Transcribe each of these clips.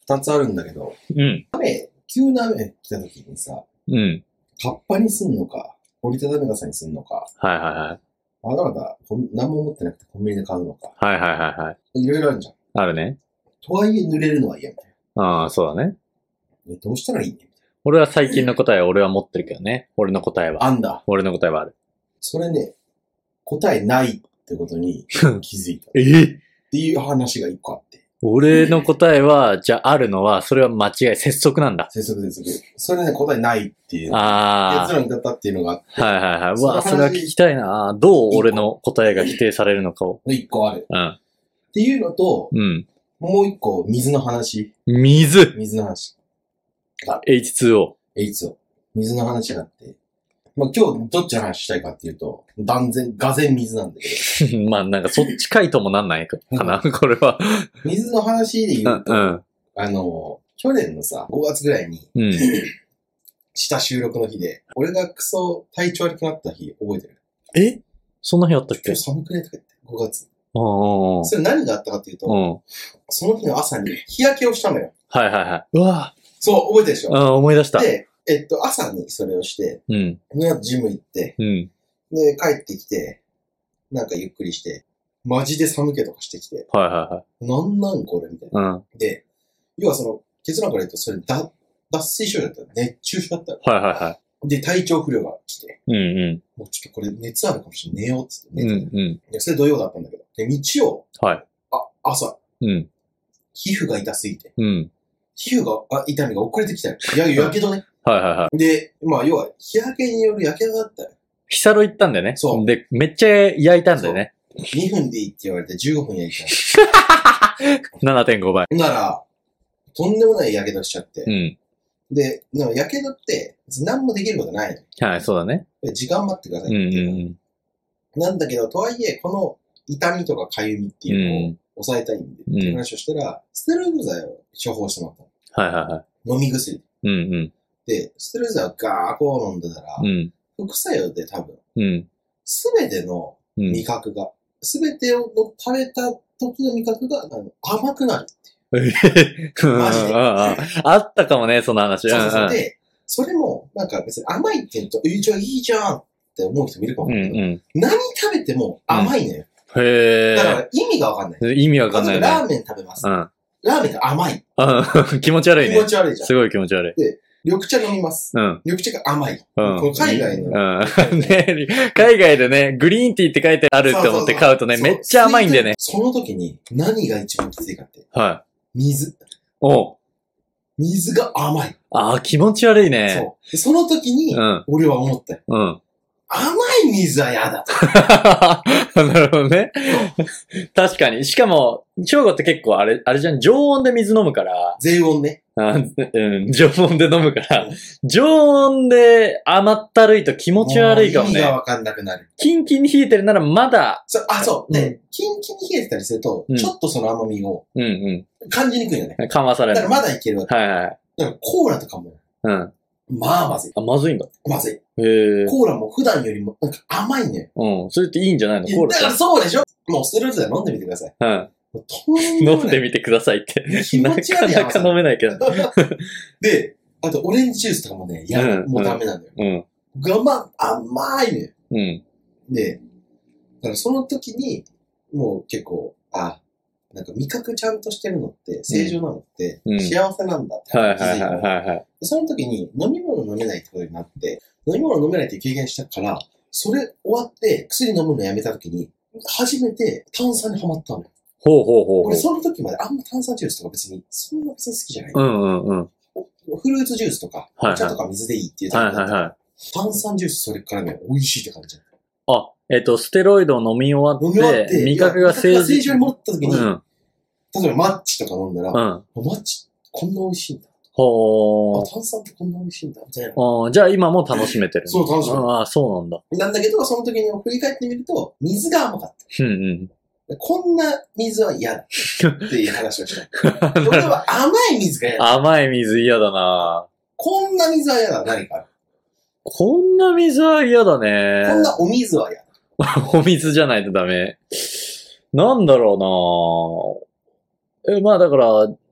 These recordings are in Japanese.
二つあるんだけど、 うん。 急な雨来た時にさ、 うん。 カッパにすんのか、折りたたみ傘にすんのか、 はいはいはい。 まだまだ何も持ってなくてコンビニで買うのか、 はいはいはいはい。 いろいろあるじゃん。 あるね。 とはいえ濡れるのは嫌みたいな。 ああ、そうだね。 どうしたらいいねみたい俺は最近の答えは俺は持ってるけどね。俺の答えな。 は。 あんだ。 俺の答えはある。 それね、答えないってことに気づいた。っえていう話が一個あって。 俺の答えは、じゃああるのは、それは間違い、拙速なんだ。 接続。それね、答えないっていう。 あ結論に至ったっていうのがあって。 あ。はいはいはい。うわ、 その話それは聞きたいな。どう俺の答えが否定されるのかを。 一個ある。 うん。 っていうのと、 うん。 もう一個、水の話。 水水の話。 !H2O。 H2O。水の話があって。まあ、今日どっちの話したいかっていうと、がぜ水なんだけど。 まあなんかそっち回答もなんないかな、これは。 水の話で言うと、 うん。 去年のさ、5月ぐらいに、 うん。 した収録の日で、俺がクソ体調悪くなった日覚えてる？ えそんな日あったっけ？ 今日寒くないとか言って、5月。 うん。 それ何があったかっていうと、 うん。 その日の朝に日焼けをしたのよ。 はいはいはい。うわそう、覚えてるでしょ？ 思い出した。 で、朝にそれをして、 うん。 その後ジム行って、 うん。 で、帰ってきて、なんかゆっくりして、マジで寒気とかしてきて、 はいはいはい。 なんこれみたいな。 うん。 で、要はその、結論から言うと、それ脱水症だったら熱中症だったはいはいはで、体調不良が来て、 い。うんもうちょっとこれ熱あるかもしれない。寝ようっつってうん。う寝て。 んうん。 でそれ土曜だったんだけど。で、日曜、 はい。 朝、 うん。 皮膚が痛すぎて、 うん。 皮膚が、痛みが遅れてきたよ。やけどね。 はいはいはい。 で、まあ、要は、日焼けによるやけどだったよ。 ヒサロ行ったんだよね。 そうで、めっちゃ焼いたんだよね。 2分でいいって言われて15分焼い 7.5 倍。 た。なら、とんでもないやけどしちゃって。 うん。 で、やけどって、別に何もできることないの。 はい、そうだね。 時間待ってくださいうんっていうの。 うんなんだけど、とはいえ、この痛みとか痒みっていうのを抑えたいんで、っていう話をしたら、ステロイド剤を処方してもらったはいはいはい。 の。飲み薬。 うんうん。 で、ステロイド剤をガーこう飲んでたら、 うん。 副作用で多分、 うん。 すべてのうん。 味覚が、すべてを食べた時の味覚が甘くなるっていう。マジであったかもね、その話。 そうで、それも、なんか別に甘いって言うと、じゃあいいじゃんって思う人もいるかもしれないけど、何食べても甘いのよ。 へだから意味がわかんない。 意味わかんないね。 例えばラーメン食べます。ラーメンが甘い。 気持ち悪いね。 気持ち悪いじゃん。 すごい気持ち悪い。 緑茶飲みます。緑茶が甘い。この海外の。 ね、海外でね、グリーンティーって書いてあるって思って買うとね、めっちゃ甘いんだよね。 その時に何が一番きついかって。 はい。 水が甘い。 気持ち悪いね。 そう。その時に、俺は思ったよ。甘い水は嫌だ。 なるほどね。確かに。しかも、翔吾って結構あれじゃん、常温で水飲むから。 全温ね。 常温で飲むから。常温で甘ったるいと気持ち悪いかもね。 意味がわかんなくなる。 キンキンに冷えてるならまだ。 そう。で、キンキンに冷えてたりすると、ちょっとその甘みを、感じにくいよね。 緩和される。 だからまだいけるわけ。 はいはい。 だからコーラとかも、まあまずい。 まずいんだ。 まずい。 へコーラも普段よりもなんか甘いね。 それっていいんじゃないの？コーラ。 だからそうでしょ？もうステロイド剤飲んでみてください。 飲んでみてくださいって。なかなか飲めないけど。 で、あとオレンジジュースとかもね、もうダメなんだよ。甘いね。で、だからその時に、もう結構、なんか味覚ちゃんとしてるのって、正常なのって、幸せなんだって気づいた。その時に飲み物飲めないってことになって、飲み物飲めないっていう経験したから、それ終わって薬飲むのやめた時に、初めて炭酸にハマったのよ。俺その時まであんま炭酸ジュースとか別に、そんな別に好きじゃない。フルーツジュースとか、お茶とか水でいいっていうタイプだった。炭酸ジュースそれからね、美味しいって感じ。 ステロイドを飲み終わって、味覚が正常に戻った時に、例えばマッチとか飲んだら、マッチこんな美味しいんだ。炭酸ってこんな美味しいんだ。みたいな。 じゃあ今も楽しめてる。 そう、楽しめてる。 そうなんだ。 なんだけど、その時に振り返ってみると、水が甘かった。こんな水は嫌だ。っていう話をした。俺は甘い水が嫌だ。 甘い水嫌だな。 こんな水は嫌だ。何か。 こんな水は嫌だね。 こんなお水は嫌だ。 お水じゃないとダメ。なんだろうな。まあだから、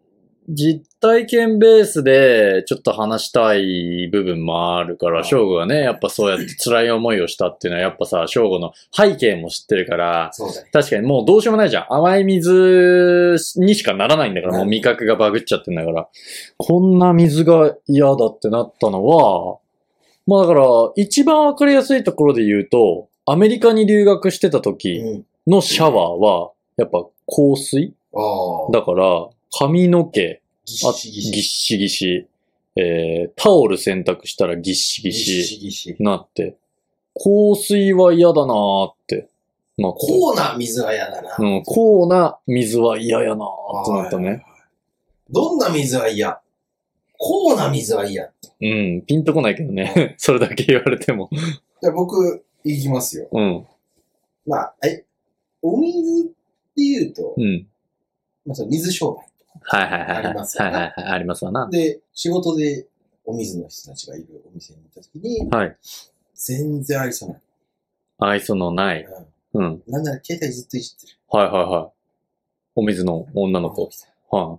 実体験ベースでちょっと話したい部分もあるから、翔吾がね、やっぱそうやって辛い思いをしたっていうのはやっぱさ、翔吾の背景も知ってるから、 そうだね。 確かにもうどうしようもないじゃん。甘い水にしかならないんだから、もう味覚がバグっちゃってんだから。こんな水が嫌だってなったのは、まあだから、一番わかりやすいところで言うと、アメリカに留学してた時のシャワーは、やっぱ香水だから、髪の毛、ぎっしぎし、タオル洗濯したらぎっしぎしなって、香水は嫌だなーってなって。 コーな水は嫌だな。 うん、コーな水は嫌やなーってなったね。 どんな水は嫌？コーな水は嫌。 うん、ピンとこないけどね。それだけ言われても。 じゃあ僕、いきますよ。 うん。 まあ、お水って言うと、 うん。 まあ、その水商売。 はいはいはい。 ありますよね。 はいはいはい。ありますわな。 で、仕事でお水の人たちがいるお店に行った時に、 はい。 全然愛想ない。 愛想のない。うん。 なんなら携帯ずっといじってる。 はいはいはい。お水の女の子。はい。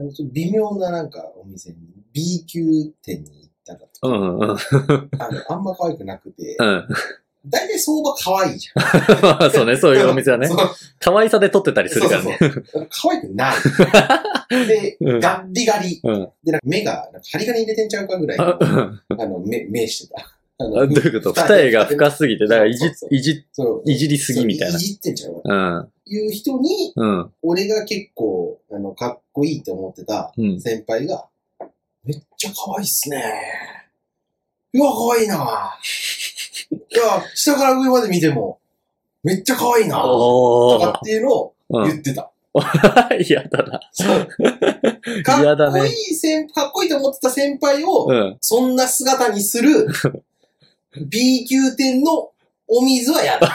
微妙ななんかお店に B 級店に行ったらとか、 うんうん。 あんま可愛くなくて、 うん。 大体相場可愛いじゃん。 まあそうね、そういうお店はね。可愛さで撮ってたりするからね。 可愛くない。で、ガッリガリ。で、なんか目が、針金入れてんちゃうかぐらいの、目してた。 どういうこと？二重が深すぎて、だからいじりすぎみたいな。 いじってんちゃうか。いう人に、俺が結構、かっこいいと思ってた先輩が、めっちゃ可愛いっすね。いや、可愛いな。いや、下から上まで見ても、めっちゃ可愛いな。とかっていうのを言ってた。 嫌だな。 かっこいいかっこいいと思ってた先輩を、そんな姿にする B 級店のお水は嫌だ。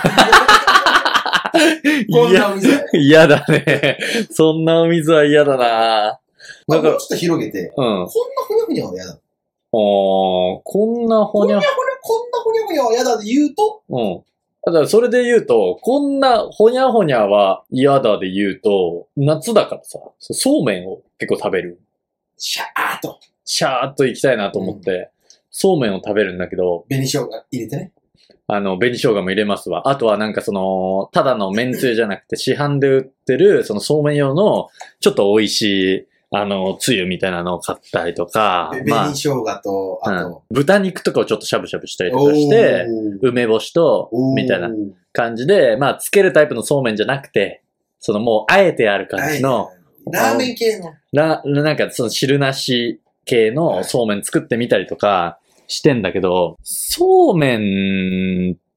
こんなお水は嫌だね。そんなお水は嫌だな。 もうちょっと広げて、こんなふにゃふにゃは嫌だ。 こんなほにゃほにゃは嫌だで言うと、 だからそれで言うと、こんなほにゃほにゃは嫌だで言うと、夏だからさ、そうめんを結構食べる。 シャーっと行きたいなと思って、そうめんを食べるんだけど、 紅生姜入れてね。 紅生姜も入れますわ。あとはなんかただの麺つゆじゃなくて市販で売ってる、そうめん用の、ちょっと美味しい、つゆみたいなのを買ったりとか。 紅生姜と、 豚肉とかをちょっとしゃぶしゃぶしたりとかして、梅干しと、みたいな感じで、まあ、つけるタイプのそうめんじゃなくて、もう、あえてある感じの、 ラーメン系の。 なんか、汁なし系のそうめん作ってみたりとかしてんだけど、そうめんって、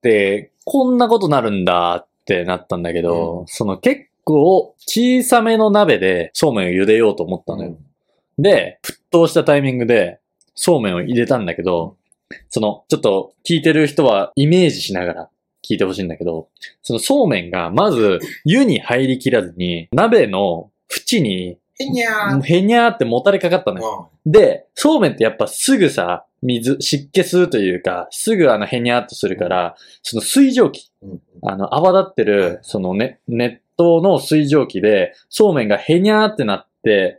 こんなことなるんだってなったんだけど、結構小さめの鍋でそうめんを茹でようと思ったのよ。で、沸騰したタイミングでそうめんを入れたんだけど、ちょっと聞いてる人はイメージしながら聞いてほしいんだけど、そうめんがまず湯に入りきらずに鍋の縁にへにゃーってもたれかかったのよ。で、そうめんってやっぱすぐさ、湿気吸うというか、すぐへにゃーっとするから、水蒸気、泡立ってる、熱湯の水蒸気で、そうめんがへにゃーってなって、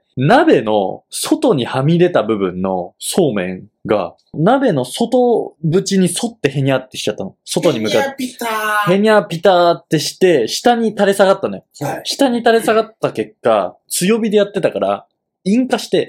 鍋の外にはみ出た部分のそうめんが、鍋の外縁に沿ってへにゃーってしちゃったの。外に向かって。へにゃーピターってして、下に垂れ下がったのよ。下に垂れ下がった結果、強火でやってたから、引火して、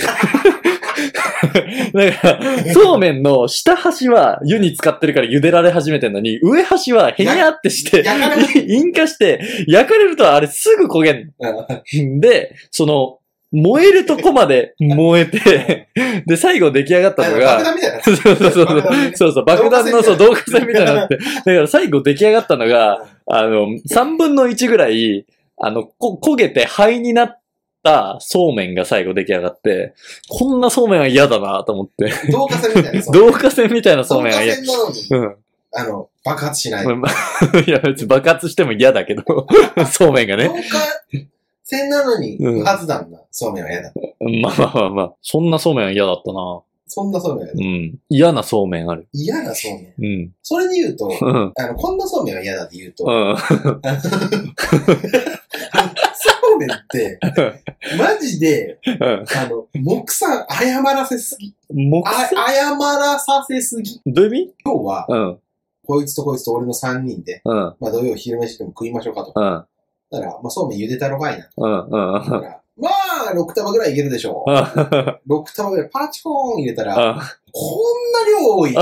だから、そうめんの下端は湯に浸かってるから茹でられ始めてんのに、上端はへにゃーってして、引火して、焼かれるとあれすぐ焦げんの。で、燃えるとこまで燃えて、で、最後出来上がったのが、 爆弾みたいな。 そう、爆弾の導火線みたいになって、だから最後出来上がったのが、3分の1ぐらい、焦げて灰になったそうめんが最後出来上がって、こんなそうめんは嫌だなと思って。 導火線みたいな。 導火線みたいなそうめんは嫌。 導火線なのに、爆発しない。 いや、別に爆発しても嫌だけど、そうめんがね。 導火線なのに、不発弾なそうめんは嫌だ。 まあ。そんなそうめんは嫌だったな。 そんなそうめんは嫌だ。 嫌なそうめんある。 嫌なそうめん。それで言うと、こんなそうめんは嫌だって言うと、そうめんって、マジで、木さん謝らせすぎ。謝らさせすぎ。 どういう意味？ 今日は、こいつとこいつと俺の3人で、まあ土曜昼飯でも食いましょうかと。だから、まあそうめん茹でたろがいな。だから、まあ、6束ぐらいいけるでしょう。6束ぐらいパチコーン入れたら、こんな量多い。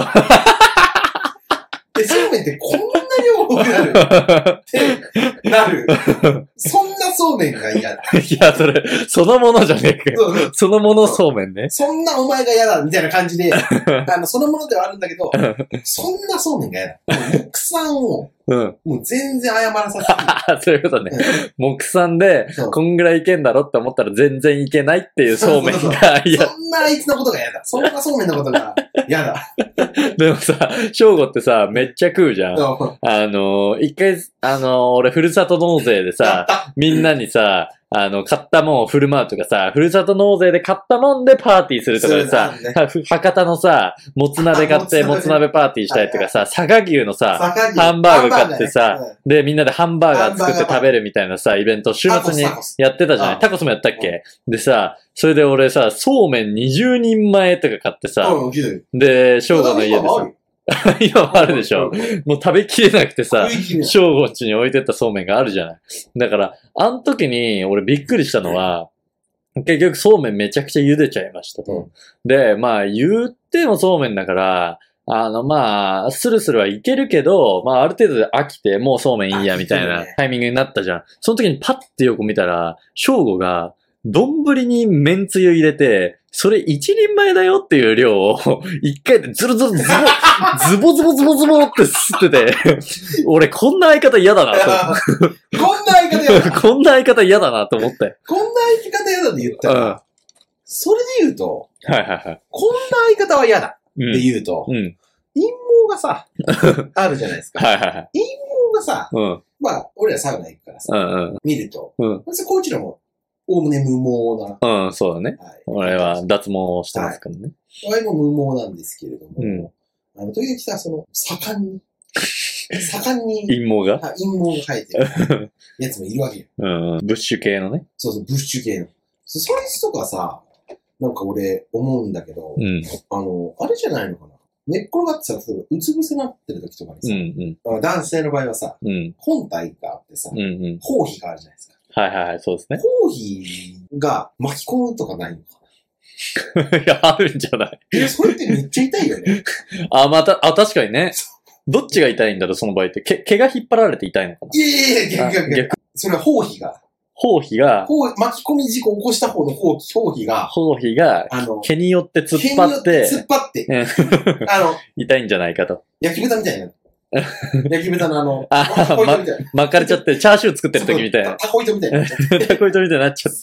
そうめんってこんな量多くなるってなる。そんなそうめんが嫌だ。 いや、そのものじゃねえかよ。そのものそうめんね。 そんなお前が嫌だみたいな感じで、そのものではあるんだけど、そんなそうめんが嫌だ。木さんを、もう全然謝らさせて。 そういうことね。木さんで、こんぐらいいけんだろって思ったら全然いけないっていうそうめんが嫌。 そんなあいつのことが嫌だ。そんなそうめんのことが嫌だ。 でもさ、正吾ってさ、めっちゃ食うじゃん。一回、俺、ふるさと納税でさ、みんなにさ、買ったもんを振る舞うとかさ、ふるさと納税で買ったもんでパーティーするとかでさ、博多のさ、もつ鍋買ってもつ鍋パーティーしたりとかさ、佐賀牛のさ、ハンバーグ買ってさ、で、みんなでハンバーガー作って食べるみたいなさ、イベントを週末にやってたじゃない？タコスもやったっけ？でさ、それで俺さ、そうめん20人前とか買ってさ、で、正吾の家でさ、今もあるでしょ。もう食べきれなくてさ、正吾家に置いてったそうめんがあるじゃない。だから、あの時に俺びっくりしたのは、結局そうめんめちゃくちゃ茹でちゃいましたと。で、まあ言ってもそうめんだから、まあ、スルスルはいけるけど、まあある程度で飽きて、もうそうめんいいやみたいなタイミングになったじゃん。その時にパッて横見たら、正吾が、丼に麺つゆ入れて、それ一人前だよっていう量を、一回でズルズルズボズボズボズボって吸ってて、俺こんな相方嫌だなと。 こんな相方嫌だ。 こんな相方嫌だなと思って。 こんな相方嫌だって言ったら、それで言うと、こんな相方は嫌だって言うと、陰謀がさ、あるじゃないですか。陰謀がさ、まあ、俺らサウナ行くからさ、見ると、こいつらも、おおむね無毛な。そうだね。俺は脱毛してますからね。 俺も無毛なんですけれども、時々さ、盛んに、 陰毛が陰毛が生えてるやつもいるわけよ。 ブッシュ系のね。 そう、ブッシュ系の。そいつとかさ、なんか俺思うんだけど、あれじゃないのかな。寝っ転がってさ、例えばうつ伏せになってる時とかにさ、男性の場合はさ、本体があってさ、包皮があるじゃないですか。 そうですね。 包皮が巻き込むとかないのかな。いや、あるんじゃない。 それってめっちゃ痛いよね。 確かにね。どっちが痛いんだろう、その場合って。毛が引っ張られて痛いのかな。 いや、逆。それは包皮が。巻き込み事故を起こした方の包皮が、 毛によって突っ張って、痛いんじゃないかと。 焼き豚みたいな。焼き豚の巻かれちゃって、チャーシュー作ってる時みたいな。 タコ糸みたいな。 タコ糸みたいになっちゃって。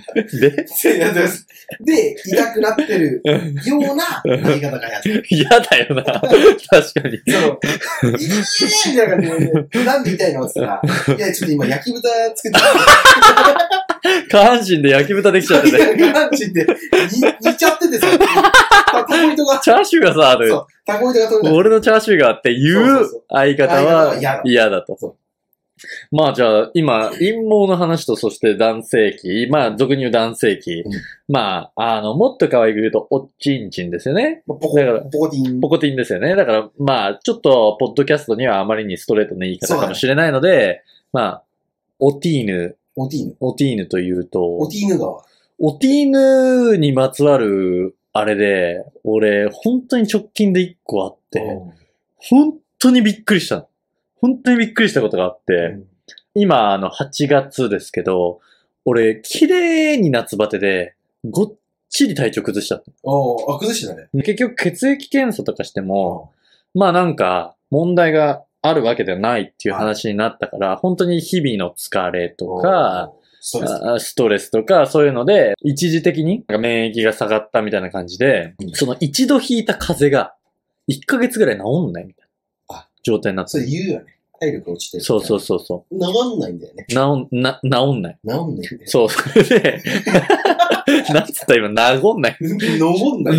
で、痛くなってるような相方が嫌だよな。確かに。 みたいな感じで、なんで痛いのって言ったら、いや、ちょっと今焼き豚作って下半身で焼き豚できちゃってて。 下半身で煮ちゃっててさ、タコ糸が。 チャーシューがさ、 そう、タコ糸が取れない。 俺のチャーシューがあって言う相方は嫌だと。まあじゃあ、今、陰謀の話とそして男性器。まあ、俗に言う男性器。まあ、もっと可愛く言うと、おっちんちんですよね。 ポコティン。 ポコティンですよね。だから、まあ、ちょっと、ポッドキャストにはあまりにストレートな言い方かもしれないので、まあ、オティーヌというと、 オティーヌ川。 オティーヌにまつわる、あれで、俺、本当に直近で一個あって、本当にびっくりしたことがあって、今、8月ですけど、俺、綺麗に夏バテで、ごっちり体調崩しちゃった。 崩したね。 結局、血液検査とかしても、まあなんか、問題があるわけではないっていう話になったから、本当に日々の疲れとか、ストレスとか、そういうので、一時的に免疫が下がったみたいな感じで、その一度引いた風邪が、1ヶ月ぐらい治んないみたいな状態になって。 それ言うよね。体力落ちてる。 そう。治んないんだよね。 治んない。 治んないんだよ。 そう、それで、なんつった今、治んない。 治んない。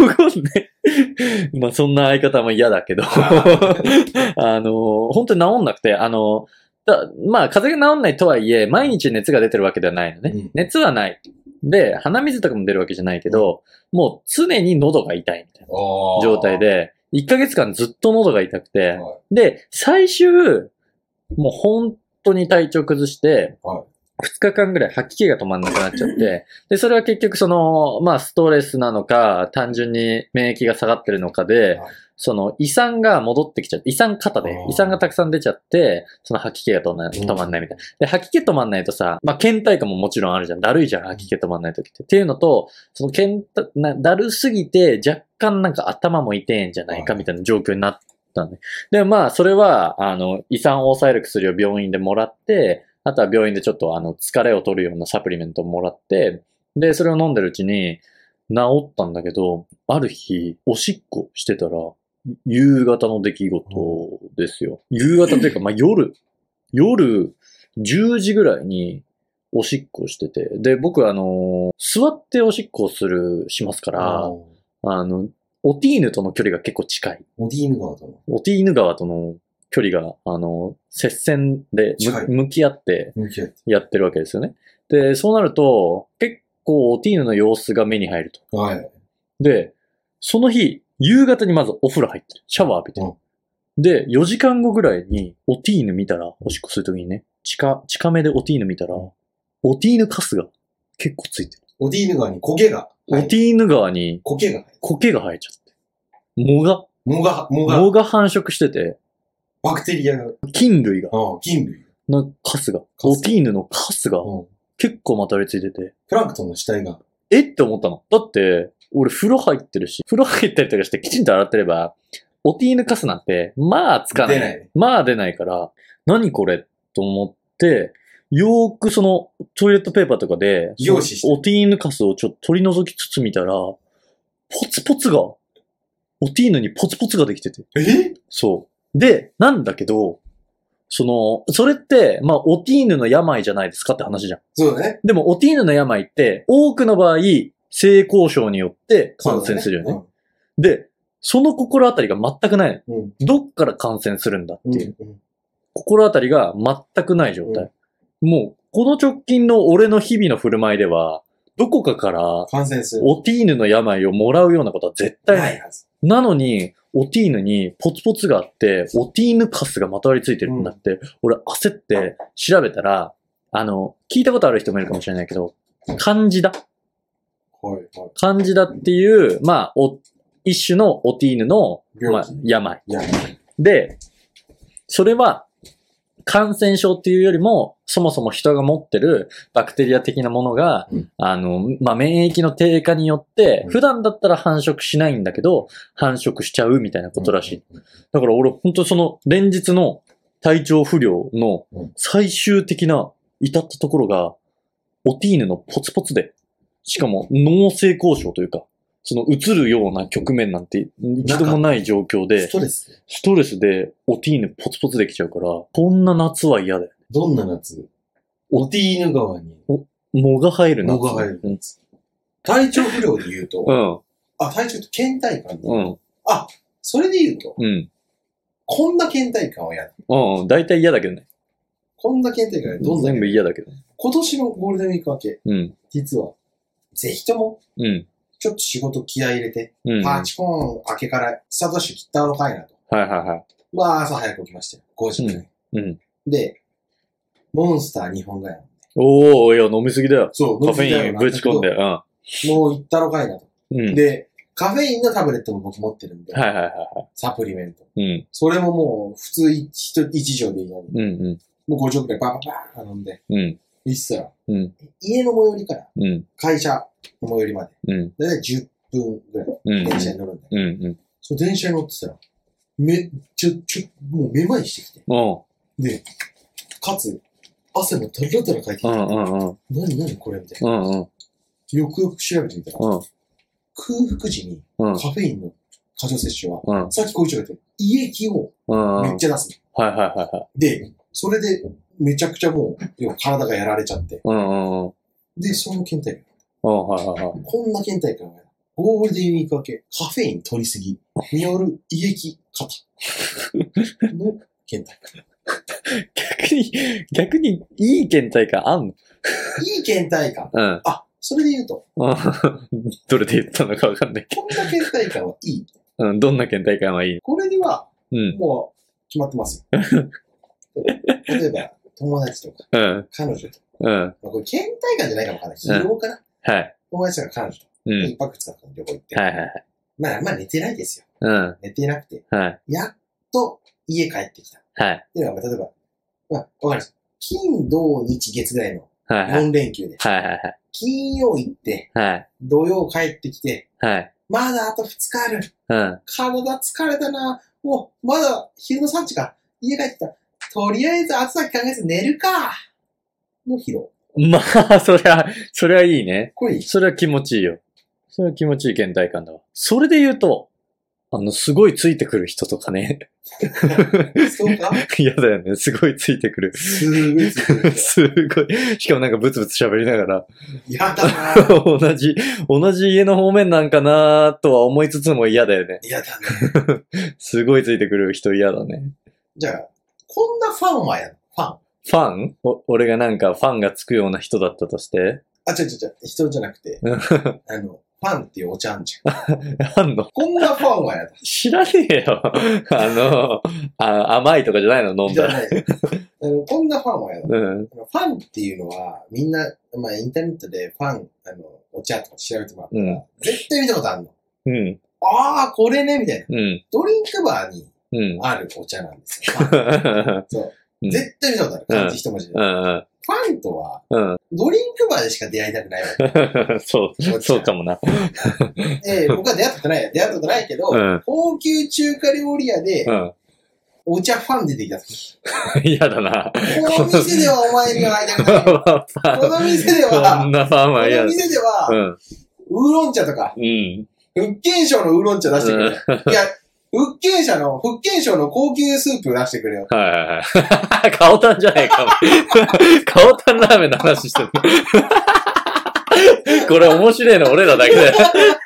まあそんな相方も嫌だけど、本当に治んなくて、 まあ、風邪が治んないとはいえ、毎日熱が出てるわけではないのね。 うん熱はない。で、鼻水とかも出るわけじゃないけど、もう常に喉が痛いみたいな状態で、1ヶ月間ずっと喉が痛くて、で、最終、もう本当に体調崩して、2日間ぐらい吐き気が止まんなくなっちゃって、で、それは結局まあ、ストレスなのか、単純に免疫が下がってるのかで、胃酸が戻ってきちゃって、胃酸過多で、胃酸がたくさん出ちゃって、吐き気が止まんないみたいな。で、吐き気止まんないとさ、まあ、倦怠感ももちろんあるじゃん。だるいじゃん、吐き気止まんない時って。っていうのと、だるすぎて、若干なんか頭も痛いんじゃないかみたいな状況になったんで。で、まあ、それは、胃酸を抑える薬を病院でもらって、あとは病院でちょっと疲れを取るようなサプリメントをもらって、で、それを飲んでるうちに治ったんだけど、ある日、おしっこしてたら、夕方の出来事ですよ。夕方というか、まあ、夜10時ぐらいにおしっこしてて、で、僕座っておしっこをしますから、オティーヌとの距離が結構近い。 オティーヌ川との距離が、接戦で向き合ってやってるわけですよね。で、そうなると、結構オティーヌの様子が目に入ると。 はい。 で、その日、夕方にまずお風呂入ってる。シャワー浴びてる。で、4時間後ぐらいにオティーヌ見たら、おしっこするときにね、近めでオティーヌ見たら、オティーヌカスが結構ついてる。 オティーヌ川に苔が。 オティーヌ川に苔が生えちゃって。藻が繁殖してて、 バクテリアが。 菌類のカスが。オティーヌのカスが結構まとわりついてて。 プランクトンの死体が。 って思ったの。だって、俺風呂入ってるし、風呂入ったりとかしてきちんと洗ってれば、オティーヌカスなんて、まあつかない。出ないから、何これと思って、よーくトイレットペーパーとかで、オティーヌカスをちょっと取り除きつつ見たら、ポツポツが、オティーヌにポツポツができてて。そう。で、なんだけど、それって、まあ、オティーヌの病じゃないですかって話じゃん。 そうだね。 でも、オティーヌの病って、多くの場合、性交渉によって感染するよね。で、その心当たりが全くないの。どっから感染するんだっていう。心当たりが全くない状態。もう、この直近の俺の日々の振る舞いでは、どこかから感染するオティーヌの病をもらうようなことは絶対ないはず。なのに、オティーヌにポツポツがあって、オティーヌカスがまとわりついてるんだって、俺焦って調べたら、聞いたことある人もいるかもしれないけど、カンジダ。カンジダっていう、まあ、一種のオティーヌの、まあ、病。で、それは、感染症っていうよりも、そもそも人が持ってるバクテリア的なものが、まあ、免疫の低下によって、普段だったら繁殖しないんだけど、繁殖しちゃうみたいなことらしい。だから俺、本当連日の体調不良の最終的な至ったところが、オティーヌのポツポツで、しかも脳性交渉というか、映るような局面なんて一度もない状況で、ストレスでオティーヌポツポツできちゃうから、こんな夏は嫌だよ。 どんな夏？オティーヌ川に。 藻が入る夏。体調不良で言うと、体調と倦怠感。それで言うと、こんな倦怠感は嫌だ。 大体嫌だけどね。 こんな倦怠感はどんな全部嫌だけどね。 今年のゴールデンウィーク明け、実は、ぜひとも、ちょっと仕事気合い入れて、パチコーン明けからスタートダッシュ切ったのかいなと。まあ朝早く起きましたよ。5時くらい。で、モンスター2本ぐらい。 いや、飲みすぎだよ。 そう、 カフェインぶち込んで。 もう行ったのかいなと。で、カフェインのタブレットも僕持ってるんで、サプリメント。それももう普通一錠でいいのに、もう5錠くらいバーバーバー飲んで、行ってたら、家の最寄りから、会社の最寄りまで、だいたい10分ぐらい、電車に乗るんだよ。その電車に乗ってたら、もうめまいしてきて。で、かつ、汗もタラタラかいてきて。何これみたいな。よくよく調べてみたら、空腹時にカフェインの過剰摂取は、さっきこう言っちゃった胃液をめっちゃ出すの。で、それでめちゃくちゃもう、要は体がやられちゃって。で、その倦怠感。こんな倦怠感が、ゴールデンウィーク明け、カフェイン取りすぎによる胃液過多の倦怠感。 逆にいい倦怠感あんの？ いい倦怠感。 うん。 あ、それで言うと。 どれで言ったのかわかんないけど。こんな倦怠感はいい。 うん、どんな倦怠感はいい？ これには、 うん、 もう決まってますよ。例えば、友達とか、 うん、 彼女とか。 うん。 これ倦怠感じゃないかもわかんない。疲労かな、 はい。 友達とか彼女とか。 うん。 一泊二日とか旅行行って。 はいはいはい。 まあ寝てないですよ。 うん。 寝てなくて。 はい。 やっと家帰ってきた。 はい。 っていうのが、例えば、まあ、わかるんです。金、土、日、月ぐらいの4連休で。 はいはいはい。 金曜行って、 はい。 土曜帰ってきて、 はい。 まだあと2日ある。うん。体疲れたな。もう、まだ昼の3時か。家帰ってきた。とりあえず暑さ考えず寝るか。の疲労。 まあ、そりゃいいね。 これいい。 それは気持ちいいよ。それは気持ちいい倦怠感だわ。それで言うと、すごいついてくる人とかね。 そうか？ 嫌だよね。すごいついてくる。 すごいついてくる。 すごい。しかもなんかブツブツ喋りながら。 嫌だな同じ家の方面なんかなとは思いつつも嫌だよね。 嫌だね。 すごいついてくる人嫌だね。 じゃあ、こんなファンはやる。ファン俺がなんかファンがつくような人だったとしてあ、違う。人じゃなくて。ファンっていうお茶あんじゃん。 あんの？こんなファンはやだ。 知らねえよ。甘いとかじゃないの飲んだら。 じゃない。こんなファンはやだ。 うん、 ファンっていうのは、みんな、まあインターネットでファン、お茶とか調べてもらったら、絶対見たことあるの。 うん。 ああ、これね、みたいな。 うん。 ドリンクバーにあるお茶なんですよ。そう。絶対見たことある。漢字一文字で。ファンとは、ドリンクバーでしか出会いたくないわけ。 そうかもな。 僕は出会ったことないけど、高級中華料理屋で、お茶ファン出てきた時。 嫌だな。 この店ではお前には会いたくない。この店では、 こんなファンは嫌だ。 この店では、ウーロン茶とか、福建省のウーロン茶出してくれ。いや、福建省の高級スープ出してくれよ。 はい。カオタンじゃないかも。カオタンラーメンの話してる。これ面白いの俺らだけだよ。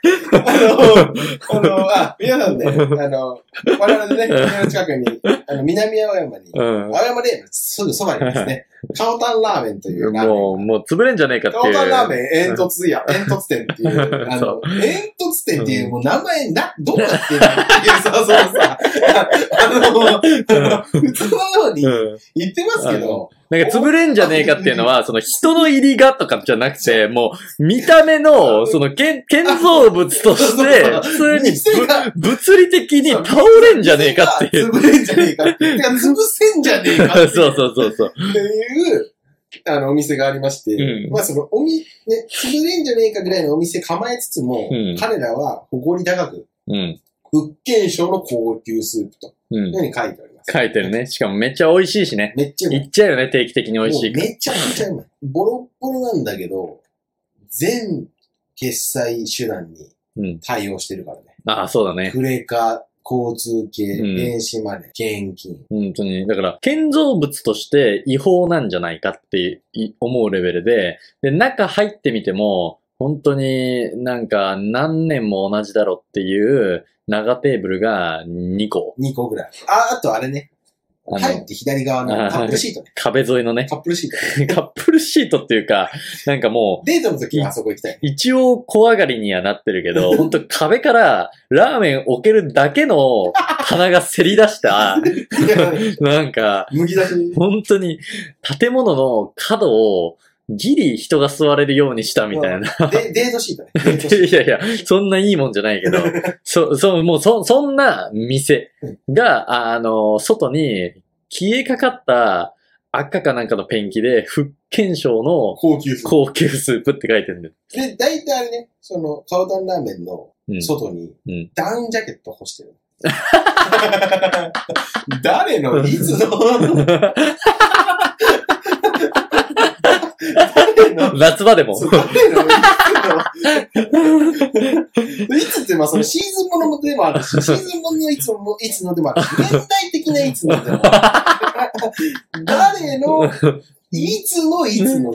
皆さんね、我々ね、家の近くに、南青山に、青山レーンのすぐそばにですね、カオタンラーメンというラーメン。もう潰れんじゃねえかっていう。 カオタンラーメン煙突店っていう、煙突店っていう、もう名前どうなってんのっていう、さ、普通のように言ってますけど、 なんか潰れんじゃねえかっていうのは、その人の入りがとかじゃなくて、もう見た目の、その建造物として、普通に物理的に倒れんじゃねえかっていう。 潰れんじゃねえかっていう。潰せんじゃねえかっていう。 そう。 っていう、お店がありまして、まあその潰れんじゃねえかぐらいのお店構えつつも、彼らは誇り高く、福建省の高級スープと、いうふうに書いてあります。 書いてるね。しかもめっちゃ美味しいしね。 めっちゃうまい。 いっちゃうよね、定期的に美味しい。 めちゃくちゃうまい。ボロッボロなんだけど、全決済手段に対応してるからね。 ああ、そうだね。 クレカ、交通系、電子マネー、現金。 本当に。だから、建造物として違法なんじゃないかって思うレベルで、中入ってみても、本当になんか何年も同じだろっていう長テーブルが2個。 2個ぐらい。あとあれね。入って左側のカップルシートね。 壁沿いのね。 カップルシート。 カップルシートっていうか、なんかもう。 デートの時はあそこ行きたい。 一応小上がりにはなってるけど、本当壁からラーメン置けるだけの棚がせり出した、なんか、 麦出し。 本当に建物の角をギリ人が座れるようにしたみたいな。 デートシートね。 いや、そんないいもんじゃないけど、そんな店が、外に消えかかった赤かなんかのペンキで、福建省の高級スープって書いてるんだよ。 で、大体あれね、カオタンラーメンの外に、ダウンジャケット干してる。誰のいつの夏場でも。いつってまあそのシーズンものでもあるし、シーズンもののいつのでもあるし、現代的ないつのでもある。誰のいつの。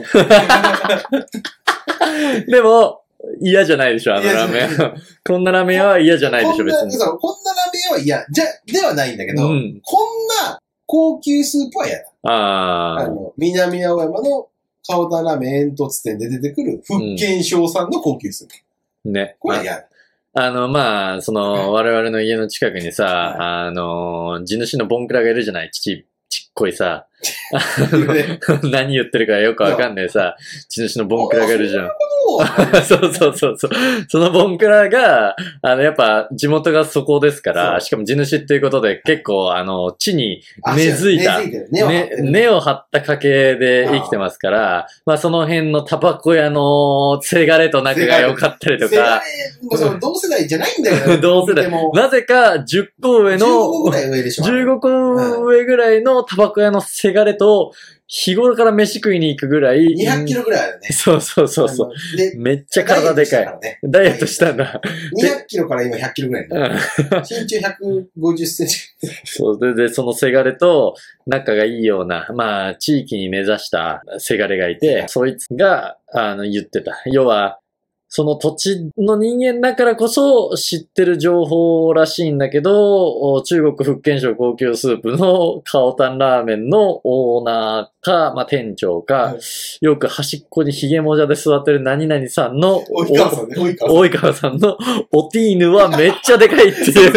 でも、嫌じゃないでしょ、あのラーメン。こんなラーメンは嫌じゃないでしょ、別に。 こんなラーメンは嫌ではないんだけど、こんな高級スープは嫌だ。 ああ。 南青山の顔だラーメン煙突店で出てくる福建省産の高級スープ。 ね。 これは嫌だ。 まあ、我々の家の近くにさ、地主のボンクラがいるじゃない、ちっこいさ、何言ってるかよくわかんないさ、地主のボンクラがいるじゃん。そうそうそうそう。そのボンクラが、やっぱ地元がそこですから、しかも地主っていうことで結構、地に根付いた、根を張った家系で生きてますから、まあその辺のタバコ屋のせがれと仲が良かったりとか。 同世代じゃないんだよ。 同世代。なぜか10個上の、 15個ぐらい上でしょ。 15個上ぐらいのタバコ屋のせがれと、日頃から飯食いに行くぐらい。 200キロぐらいあるね。 そうそうそうそう。めっちゃ体でかい。ダイエットしたんだ。 200キロから今100キロぐらい、ね。身長150センチ。 そう。で、そのせがれと仲がいいような、まあ、地域に根ざしたせがれがいて、そいつが、言ってた。要は、その土地の人間だからこそ知ってる情報らしいんだけど、中国福建省高級スープのカオタンラーメンのオーナーか、まあ、店長か、よく端っこにヒゲモジャで座ってる何々さんの、 及川さんのオティーヌはめっちゃでかいっていう。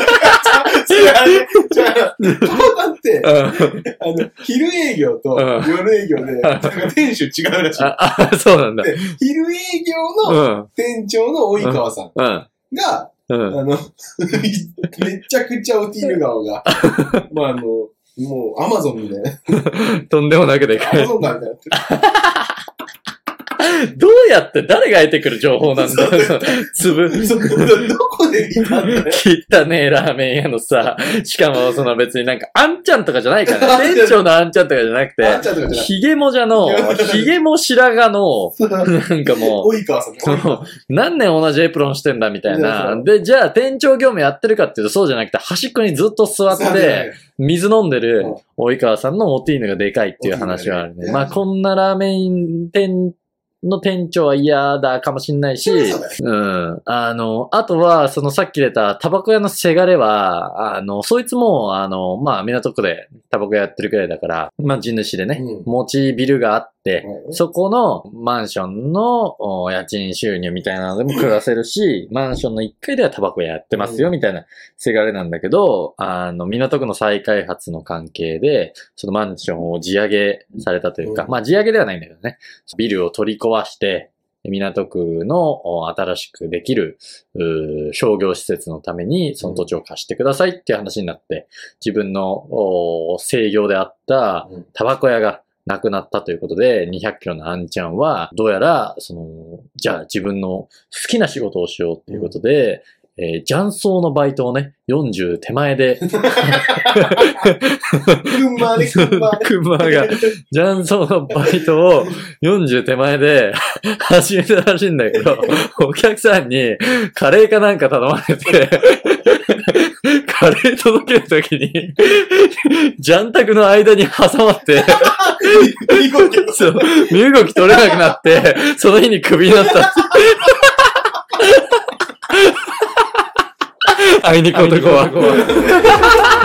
カオタンって、昼営業と夜営業で、店主違うらしい。 あ、そうなんだ。 昼営業の店長の及川さんが、めちゃくちゃオティーヌ顔が、まあもうアマゾンみたいな。 とんでもなくでかい。 アマゾンがみたいな。 どうやって誰が得てくる情報なんだよ。粒。 どこで見たんだよ。 汚ねえラーメン屋のさ、しかも別になんかあんちゃんとかじゃないからね。店長のあんちゃんとかじゃなくて、ヒゲモジャの、ヒゲモ白髪の、なんかもう、 及川さん何年同じエプロンしてんだみたいな。で、じゃあ店長業務やってるかっていうとそうじゃなくて、端っこにずっと座って、水飲んでる及川さんのオティーヌがでかいっていう話があるね。まあこんなラーメン店の店長は嫌だかもしんないし、あとは、さっき出たタバコ屋のせがれは、そいつも、まあ、港区でタバコ屋やってるくらいだから、まあ、地主でね、持ちビルがあって、そこのマンションの家賃収入みたいなのでも暮らせるし、マンションの1階ではタバコ屋やってますよ、みたいなせがれなんだけど、港区の再開発の関係で、そのマンションを地上げされたというか、まあ、地上げではないんだけどね、ビルを取り壊して、港区の新しくできる商業施設のためにその土地を貸してくださいっていう話になって、自分の制業であったタバコ屋がなくなったということで、200キロのあんちゃんは、どうやら、じゃあ自分の好きな仕事をしようっていうことで、雀荘のバイトをね、40手前で。クンマが、雀荘のバイトを40手前で始めたらしいんだけど、お客さんにカレーかなんか頼まれて、カレー届けるときに、雀卓の間に挟まって、身動き取れなくなって、その日にクビになった。あいにく男は。